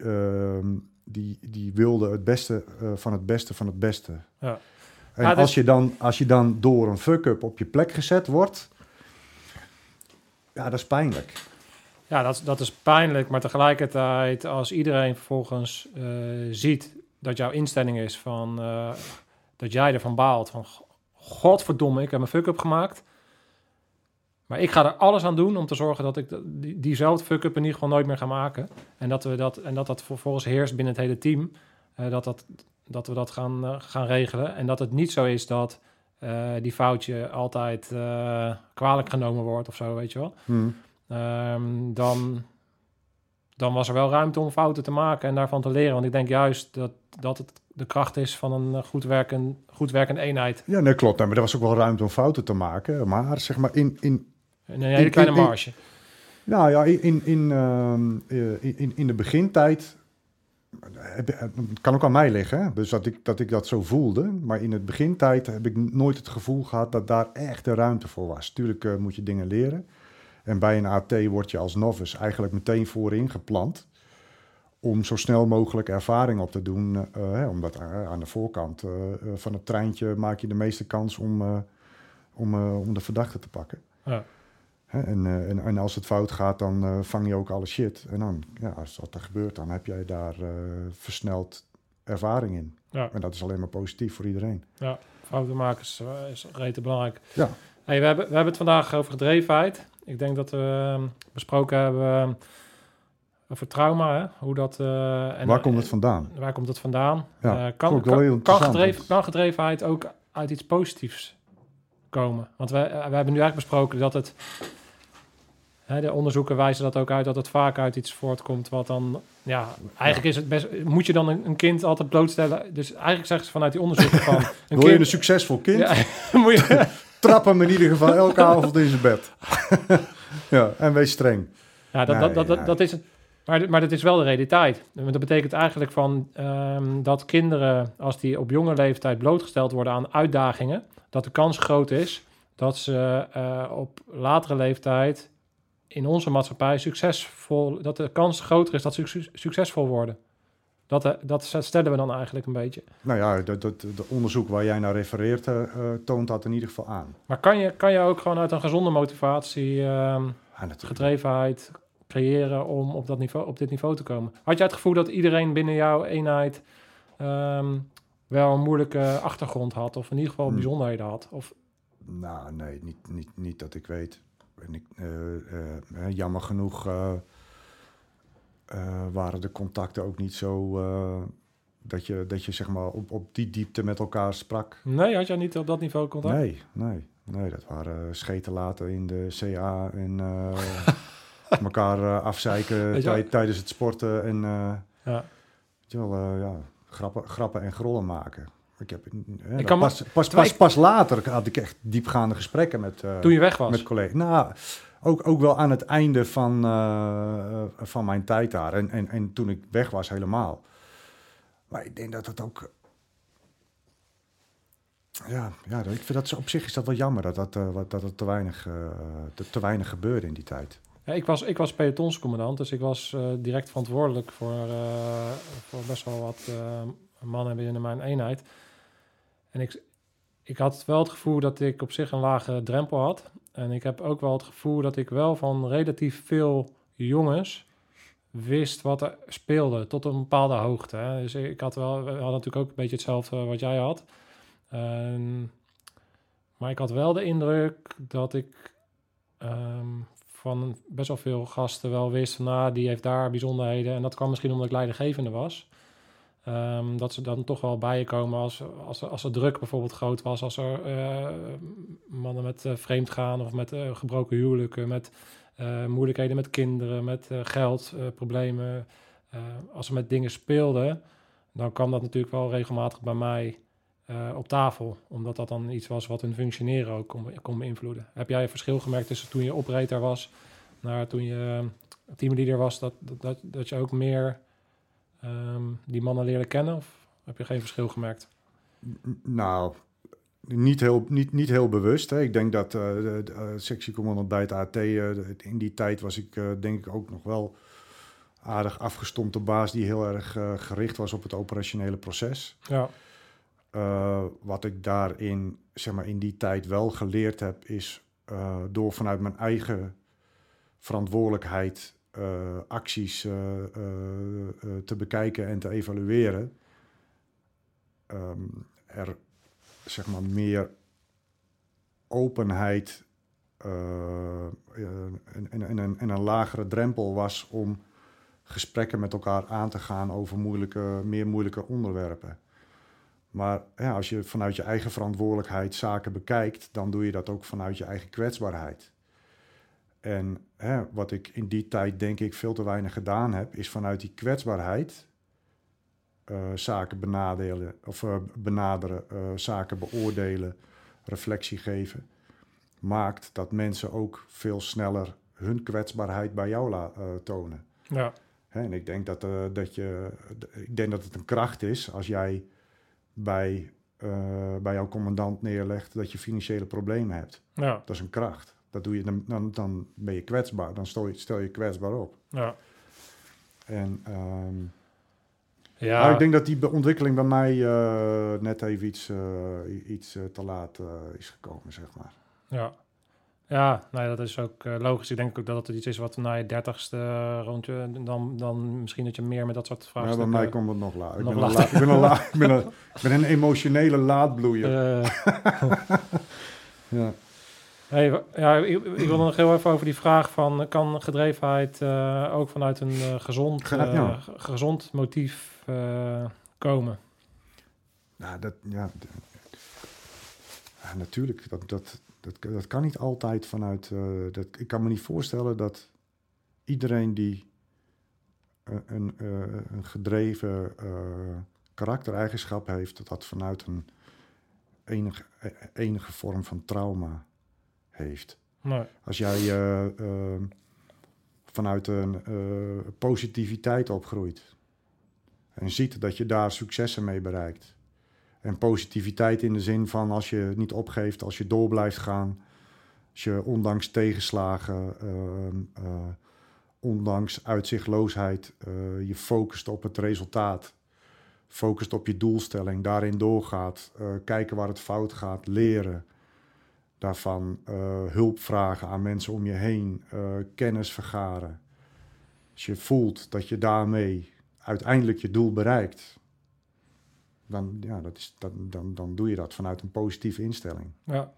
die wilde het beste van het beste van het beste. Ja. En als je dan door een fuck-up op je plek gezet wordt, ja, dat is pijnlijk. Ja, dat is pijnlijk, maar tegelijkertijd als iedereen vervolgens ziet dat jouw instelling is van dat jij ervan baalt van godverdomme, ik heb een fuck-up gemaakt, maar ik ga er alles aan doen om te zorgen dat ik diezelfde fuck-up in ieder geval nooit meer ga maken en dat vervolgens heerst binnen het hele team, dat we dat gaan regelen en dat het niet zo is dat die foutje altijd kwalijk genomen wordt of zo, weet je wel. Dan was er wel ruimte om fouten te maken en daarvan te leren. Want ik denk juist dat het de kracht is van een goed werkende eenheid. Ja, nee, klopt. Maar er was ook wel ruimte om fouten te maken. Maar zeg maar in een hele kleine marge. Nou ja, in de begintijd, het kan ook aan mij liggen, hè? Dus dat ik dat zo voelde. Maar in het begintijd heb ik nooit het gevoel gehad dat daar echt de ruimte voor was. Tuurlijk moet je dingen leren. En bij een AT word je als novice eigenlijk meteen voorin geplant om zo snel mogelijk ervaring op te doen. Omdat aan de voorkant van het treintje maak je de meeste kans om de verdachte te pakken. Ja. En als het fout gaat, dan vang je ook alle shit. En dan, ja, als dat er gebeurt, dan heb jij daar versneld ervaring in. Ja. En dat is alleen maar positief voor iedereen. Ja, fouten maken is rete belangrijk. Ja. Hey, we hebben het vandaag over gedrevenheid. Ik denk dat we besproken hebben over trauma. Hè? Hoe dat, waar komt het vandaan? Waar komt het vandaan? Ja, kan gedrevenheid ook uit iets positiefs komen? Want we hebben nu eigenlijk besproken dat het... de onderzoeken wijzen dat ook uit, dat het vaak uit iets voortkomt wat dan... Ja, eigenlijk is het best... Moet je dan een kind altijd blootstellen? Dus eigenlijk zeggen ze vanuit die onderzoeken van... Wil je een succesvol kind? Ja, moet je... Trap hem in ieder geval elke avond in zijn bed. Ja, en wees streng. Ja, dat is het. Maar dat is wel de realiteit. Dat betekent eigenlijk dat kinderen, als die op jonge leeftijd blootgesteld worden aan uitdagingen, dat de kans groot is dat ze op latere leeftijd in onze maatschappij dat de kans groter is dat ze succesvol worden. Dat stellen we dan eigenlijk een beetje. Nou ja, dat onderzoek waar jij naar refereert toont dat in ieder geval aan. Maar kan je ook gewoon uit een gezonde motivatie, gedrevenheid creëren om op dit niveau te komen? Had jij het gevoel dat iedereen binnen jouw eenheid wel een moeilijke achtergrond had? Of in ieder geval bijzonderheden had? Of... Nou, nee, niet dat ik weet. En jammer genoeg... waren de contacten ook niet zo dat je zeg maar op die diepte met elkaar sprak. Nee, had jij niet op dat niveau contact? Nee, dat waren scheten laten in de CA en elkaar afzeiken tijdens het sporten en grappen en grollen maken. Pas later had ik echt diepgaande gesprekken met toen je weg was? Met collega's. Nou, ook wel aan het einde van mijn tijd daar. En toen ik weg was helemaal. Maar ik denk dat het ook... Ja, ik vind dat op zich is dat wel jammer dat er te weinig gebeurde in die tijd. Ja, ik was pelotonscommandant, dus ik was direct verantwoordelijk voor best wel wat mannen binnen mijn eenheid. En ik had wel het gevoel dat ik op zich een lage drempel had. En ik heb ook wel het gevoel dat ik wel van relatief veel jongens wist wat er speelde tot een bepaalde hoogte. Hè. Dus we hadden natuurlijk ook een beetje hetzelfde wat jij had. Maar ik had wel de indruk dat ik van best wel veel gasten wel wist van, die heeft daar bijzonderheden. En dat kwam misschien omdat ik leidinggevende was. Dat ze dan toch wel bij je komen als er druk bijvoorbeeld groot was. Als er mannen met vreemdgaan of met gebroken huwelijken, met moeilijkheden met kinderen, met geldproblemen. Als er met dingen speelden, dan kwam dat natuurlijk wel regelmatig bij mij op tafel. Omdat dat dan iets was wat hun functioneren ook kon beïnvloeden. Heb jij een verschil gemerkt tussen toen je operator was naar toen je teamleader was, dat je ook meer die mannen leren kennen? Of heb je geen verschil gemerkt? Nou, niet heel bewust. Hè. Ik denk dat de sectiecommandant bij het AT, in die tijd was ik denk ik ook nog wel aardig afgestompte baas die heel erg gericht was op het operationele proces. Ja. Wat ik daarin, zeg maar, in die tijd wel geleerd heb, is door vanuit mijn eigen verantwoordelijkheid acties te bekijken en te evalueren, er, zeg maar, meer openheid en een lagere drempel was om gesprekken met elkaar aan te gaan over meer moeilijke onderwerpen. Maar ja, als je vanuit je eigen verantwoordelijkheid zaken bekijkt, dan doe je dat ook vanuit je eigen kwetsbaarheid. En wat ik in die tijd denk ik veel te weinig gedaan heb, is vanuit die kwetsbaarheid zaken benaderen, zaken beoordelen, reflectie geven. Maakt dat mensen ook veel sneller hun kwetsbaarheid bij jou tonen. Ja. En ik denk dat het een kracht is als jij bij jouw commandant neerlegt dat je financiële problemen hebt. Ja. Dat is een kracht. Dat doe je, dan ben je kwetsbaar. Dan stel je kwetsbaar op. Ja. En ja. maar ik denk dat die ontwikkeling bij mij net even iets te laat is gekomen, zeg maar. Ja. Ja, nee, dat is ook logisch. Ik denk ook dat het iets is wat na je 30ste rondje, dan misschien dat je meer met dat soort vraagstukken... Ja, bij mij komt het nog laat. Ik ben een emotionele laadbloeier. Ja. Hey, ja, ik wil nog heel even over die vraag van, kan gedrevenheid ook vanuit een gezond motief komen? Nou, natuurlijk. Dat kan niet altijd vanuit... ik kan me niet voorstellen dat iedereen die een gedreven karaktereigenschap heeft, dat vanuit een enige vorm van trauma heeft. Nee. Als jij vanuit een positiviteit opgroeit en ziet dat je daar successen mee bereikt. En positiviteit in de zin van als je niet opgeeft, als je door blijft gaan, als je ondanks tegenslagen, ondanks uitzichtloosheid, je focust op het resultaat, focust op je doelstelling, daarin doorgaat, kijken waar het fout gaat, leren daarvan, hulp vragen aan mensen om je heen, kennis vergaren. Als je voelt dat je daarmee uiteindelijk je doel bereikt, dan doe je dat vanuit een positieve instelling. Ja.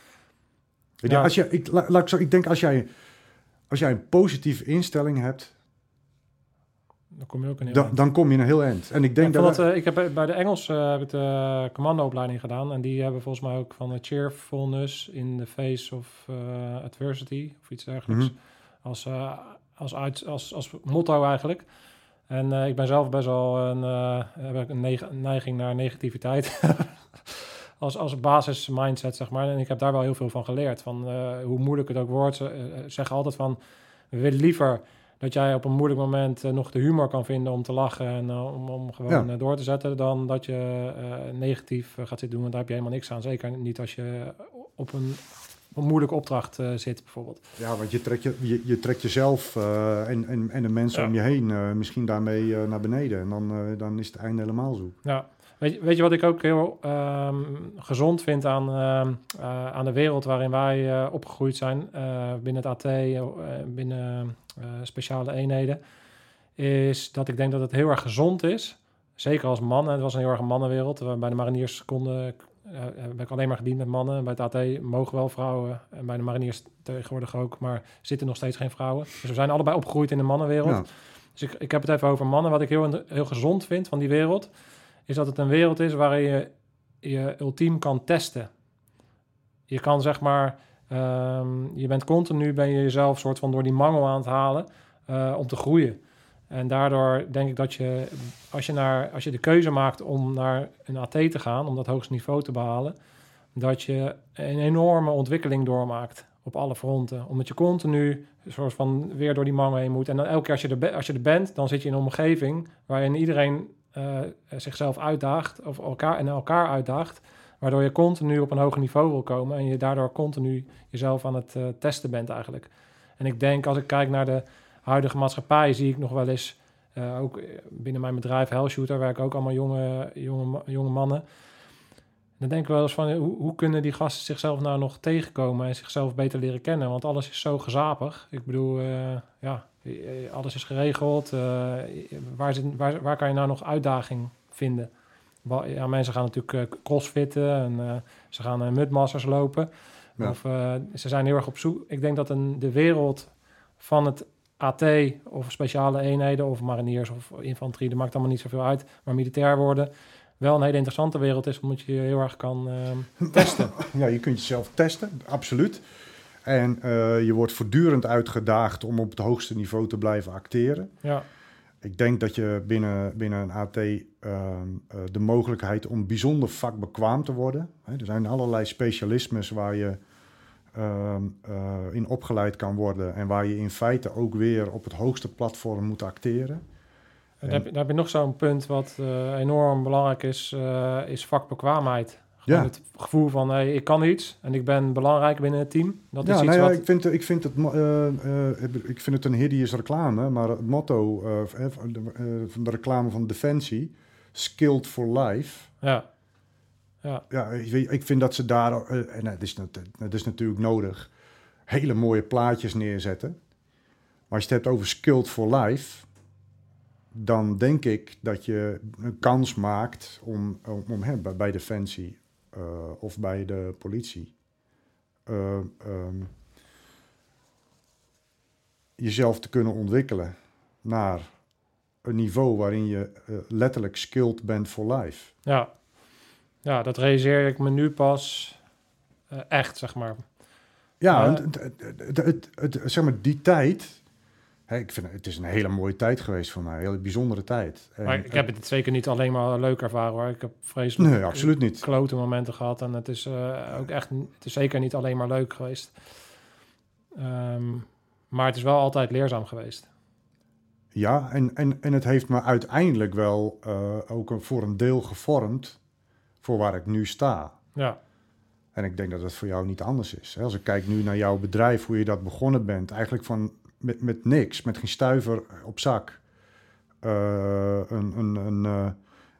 Ik denk als jij een positieve instelling hebt, dan kom je ook een heel eind. Dan kom je een heel eind. En ik denk ik heb bij de Engels de commandoopleiding gedaan. En die hebben volgens mij ook van cheerfulness in the face of adversity of iets dergelijks. Mm-hmm. Als motto eigenlijk. En ik ben zelf best wel heb een neiging naar negativiteit. als basis mindset, zeg maar. En ik heb daar wel heel veel van geleerd. Van hoe moeilijk het ook wordt. Ze zeggen altijd van, we willen liever dat jij op een moeilijk moment nog de humor kan vinden om te lachen en om gewoon door te zetten, dan dat je negatief gaat zitten doen, want daar heb je helemaal niks aan. Zeker niet als je op een moeilijke opdracht zit, bijvoorbeeld. Ja, want je trekt jezelf en de mensen om je heen misschien daarmee naar beneden. En dan is het einde helemaal zo. Ja, Weet je wat ik ook heel gezond vind aan de wereld waarin wij opgegroeid zijn, binnen het AT, binnen speciale eenheden, is dat ik denk dat het heel erg gezond is. Zeker als man. Het was een heel erg een mannenwereld. Bij de mariniers heb ik alleen maar gediend met mannen. Bij het AT mogen wel vrouwen. En bij de mariniers tegenwoordig ook. Maar zitten nog steeds geen vrouwen. Dus we zijn allebei opgegroeid in de mannenwereld. Ja. Dus ik heb het even over mannen. Wat ik heel gezond vind van die wereld, is dat het een wereld is waarin je ultiem kan testen. Je kan zeg maar, je bent continu, ben je jezelf soort van door die mangel aan het halen om te groeien. En daardoor denk ik dat je, als je de keuze maakt om naar een AT te gaan, om dat hoogste niveau te behalen, dat je een enorme ontwikkeling doormaakt op alle fronten. Omdat je continu een soort van weer door die mangel heen moet. En dan elke keer als je er bent, dan zit je in een omgeving waarin iedereen zichzelf uitdaagt of elkaar uitdaagt, waardoor je continu op een hoger niveau wil komen en je daardoor continu jezelf aan het testen bent eigenlijk. En ik denk, als ik kijk naar de huidige maatschappij, zie ik nog wel eens, ook binnen mijn bedrijf Hellshooter werken ook allemaal jonge mannen. Dan denk ik wel eens van, hoe kunnen die gasten zichzelf nou nog tegenkomen en zichzelf beter leren kennen? Want alles is zo gezapig. Ik bedoel, alles is geregeld. Waar kan je nou nog uitdaging vinden? Ja, mensen gaan natuurlijk crossfitten en ze gaan mudmasters lopen. Ja. Of ze zijn heel erg op zoek. Ik denk dat de wereld van het AT of speciale eenheden of mariniers of infanterie, dat maakt allemaal niet zoveel uit, maar militair worden wel een hele interessante wereld is, omdat je heel erg kan testen. Ja, je kunt jezelf testen, absoluut. En je wordt voortdurend uitgedaagd om op het hoogste niveau te blijven acteren. Ja. Ik denk dat je binnen een AT de mogelijkheid om bijzonder vakbekwaam te worden. Er zijn allerlei specialismes waar je in opgeleid kan worden en waar je in feite ook weer op het hoogste platform moet acteren. Daar heb je nog zo'n punt wat enorm belangrijk is vakbekwaamheid. Gewoon het gevoel van, hey, ik kan iets en ik ben belangrijk binnen het team. Dat is iets wat... Ik vind het een hideous reclame, maar het motto van de reclame van Defensie, Skilled for Life. Ja. Ja, ik vind dat ze daar, en het is natuurlijk nodig, hele mooie plaatjes neerzetten. Maar als je het hebt over Skilled for Life, dan denk ik dat je een kans maakt om bij Defensie of bij de politie jezelf te kunnen ontwikkelen naar een niveau waarin je letterlijk skilled bent for life. Ja, dat realiseer ik me nu pas echt, zeg maar. Ja, zeg maar die tijd. Ik vind het is een hele mooie tijd geweest voor mij, een hele bijzondere tijd. Maar ik heb het zeker niet alleen maar leuk ervaren, hoor. Ik heb vreselijk absoluut niet. klote momenten gehad en het is ook echt, het is zeker niet alleen maar leuk geweest. Maar het is wel altijd leerzaam geweest. Ja, en het heeft me uiteindelijk wel ook voor een deel gevormd voor waar ik nu sta. Ja. En ik denk dat het voor jou niet anders is. Als ik kijk nu naar jouw bedrijf, hoe je dat begonnen bent, eigenlijk van met niks, met geen stuiver op zak. Een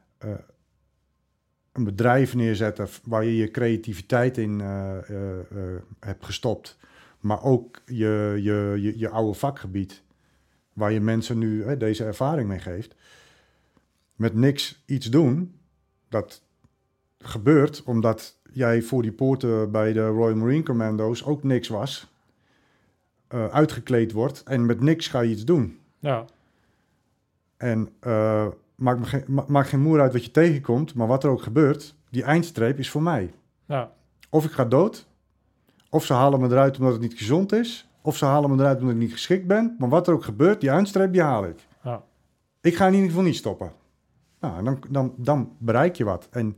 bedrijf neerzetten waar je je creativiteit in hebt gestopt. Maar ook je oude vakgebied, waar je mensen nu deze ervaring mee geeft. Met niks iets doen, dat gebeurt omdat jij voor die poorten bij de Royal Marine Commando's ook niks was. Uitgekleed wordt en met niks ga je iets doen. Ja. En maakt geen moer uit wat je tegenkomt, maar wat er ook gebeurt, die eindstreep is voor mij. Ja. Of ik ga dood, of ze halen me eruit omdat het niet gezond is, of ze halen me eruit omdat ik niet geschikt ben, maar wat er ook gebeurt, die eindstreep, die haal ik. Ja. Ik ga in ieder geval niet stoppen. Nou, dan bereik je wat. En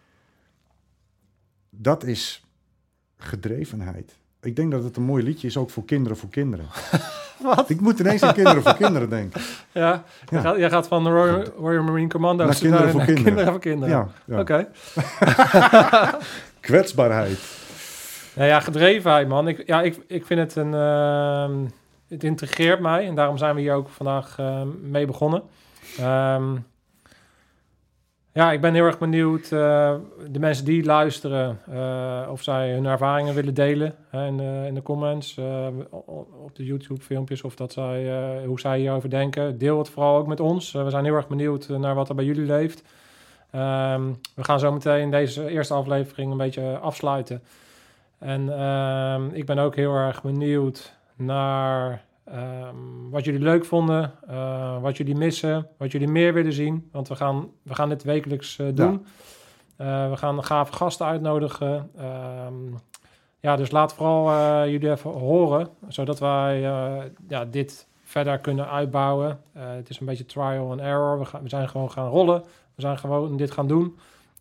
dat is gedrevenheid. Ik denk dat het een mooi liedje is ook voor kinderen. Wat? Ik moet ineens aan kinderen voor kinderen denken. Ja, jij gaat van de Royal Marine Commando's naar kinderen voor kinderen. Kinderen voor kinderen. Ja. Oké. Kwetsbaarheid. Nou ja, gedrevenheid, man. Ik vind het het intrigeert mij en daarom zijn we hier ook vandaag mee begonnen. Ja, ik ben heel erg benieuwd, de mensen die luisteren, of zij hun ervaringen willen delen in de comments, op de YouTube-filmpjes, of dat hoe zij hierover denken. Deel het vooral ook met ons. We zijn heel erg benieuwd naar wat er bij jullie leeft. We gaan zo meteen deze eerste aflevering een beetje afsluiten. En ik ben ook heel erg benieuwd naar wat jullie leuk vonden, wat jullie missen, wat jullie meer willen zien. Want we gaan dit wekelijks doen. We gaan gave gasten uitnodigen. Dus laat vooral jullie even horen, zodat wij dit verder kunnen uitbouwen. Het is een beetje trial and error. We zijn gewoon gaan rollen. We zijn gewoon dit gaan doen.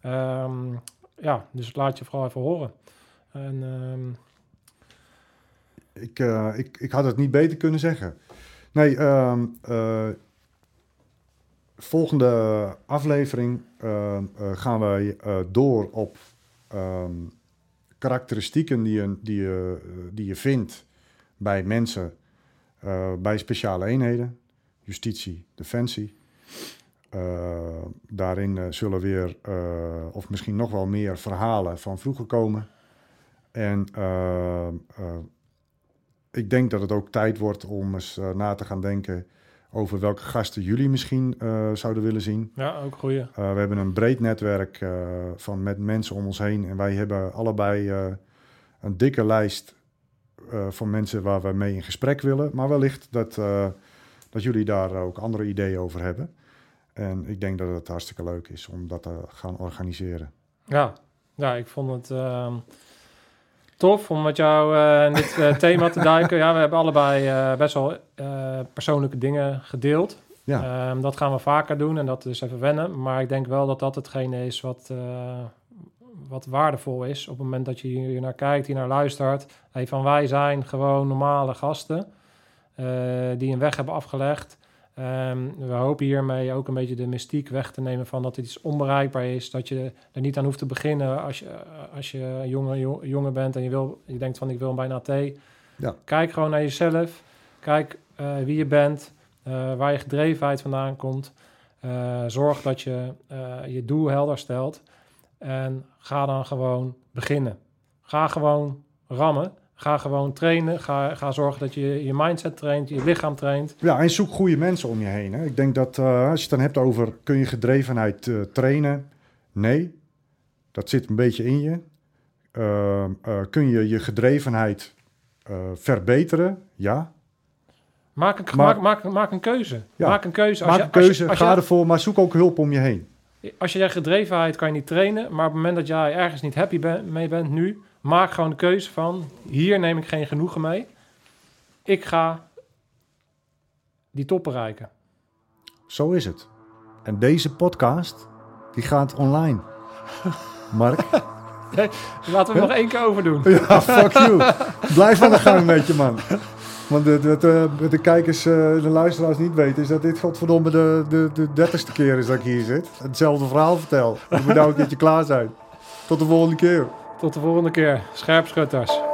Dus laat je vooral even horen. En, Ik had het niet beter kunnen zeggen. Nee, volgende aflevering gaan wij door op karakteristieken die je vindt bij mensen, bij speciale eenheden, justitie, defensie. Daarin zullen weer, of misschien nog wel meer verhalen van vroeger komen. En ik denk dat het ook tijd wordt om eens na te gaan denken over welke gasten jullie misschien zouden willen zien. Ja, ook goeie. We hebben een breed netwerk met mensen om ons heen. En wij hebben allebei een dikke lijst van mensen waar we mee in gesprek willen. Maar wellicht dat jullie daar ook andere ideeën over hebben. En ik denk dat het hartstikke leuk is om dat te gaan organiseren. Ja, ik vond het tof om met jou in dit thema te duiken. Ja, we hebben allebei best wel persoonlijke dingen gedeeld. Ja. Dat gaan we vaker doen en dat is even wennen. Maar ik denk wel dat dat hetgene is wat waardevol is. Op het moment dat je hier naar kijkt, hier naar luistert. Van wij zijn gewoon normale gasten die een weg hebben afgelegd. We hopen hiermee ook een beetje de mystiek weg te nemen van dat het iets onbereikbaar is. Dat je er niet aan hoeft te beginnen als je jongen bent en je denkt van ik wil een bijna T. Ja. Kijk gewoon naar jezelf. Kijk wie je bent, waar je gedrevenheid vandaan komt. Zorg dat je je doel helder stelt. En ga dan gewoon beginnen. Ga gewoon rammen. Ga gewoon trainen. Ga zorgen dat je je mindset traint, je lichaam traint. Ja, en zoek goede mensen om je heen. Hè. Ik denk dat als je het dan hebt over kun je gedrevenheid trainen? Nee, dat zit een beetje in je. Kun je je gedrevenheid verbeteren? Ja. Maak een keuze. Ja, maak een keuze. Ga ervoor, maar zoek ook hulp om je heen. Als je gedrevenheid kan je niet trainen, maar op het moment dat jij ergens niet happy mee bent nu, maak gewoon de keuze van, hier neem ik geen genoegen mee. Ik ga die top bereiken. Zo is het. En deze podcast, die gaat online. Mark? Laten we nog 1 keer overdoen. Ja, fuck you. Blijf aan de gang met je, man. Want de kijkers, de luisteraars niet weten, is dat dit godverdomme de 30ste keer is dat ik hier zit. Hetzelfde verhaal vertel. Je moet nou een keertje klaar zijn. Tot de volgende keer. Tot de volgende keer. Scherpschutters.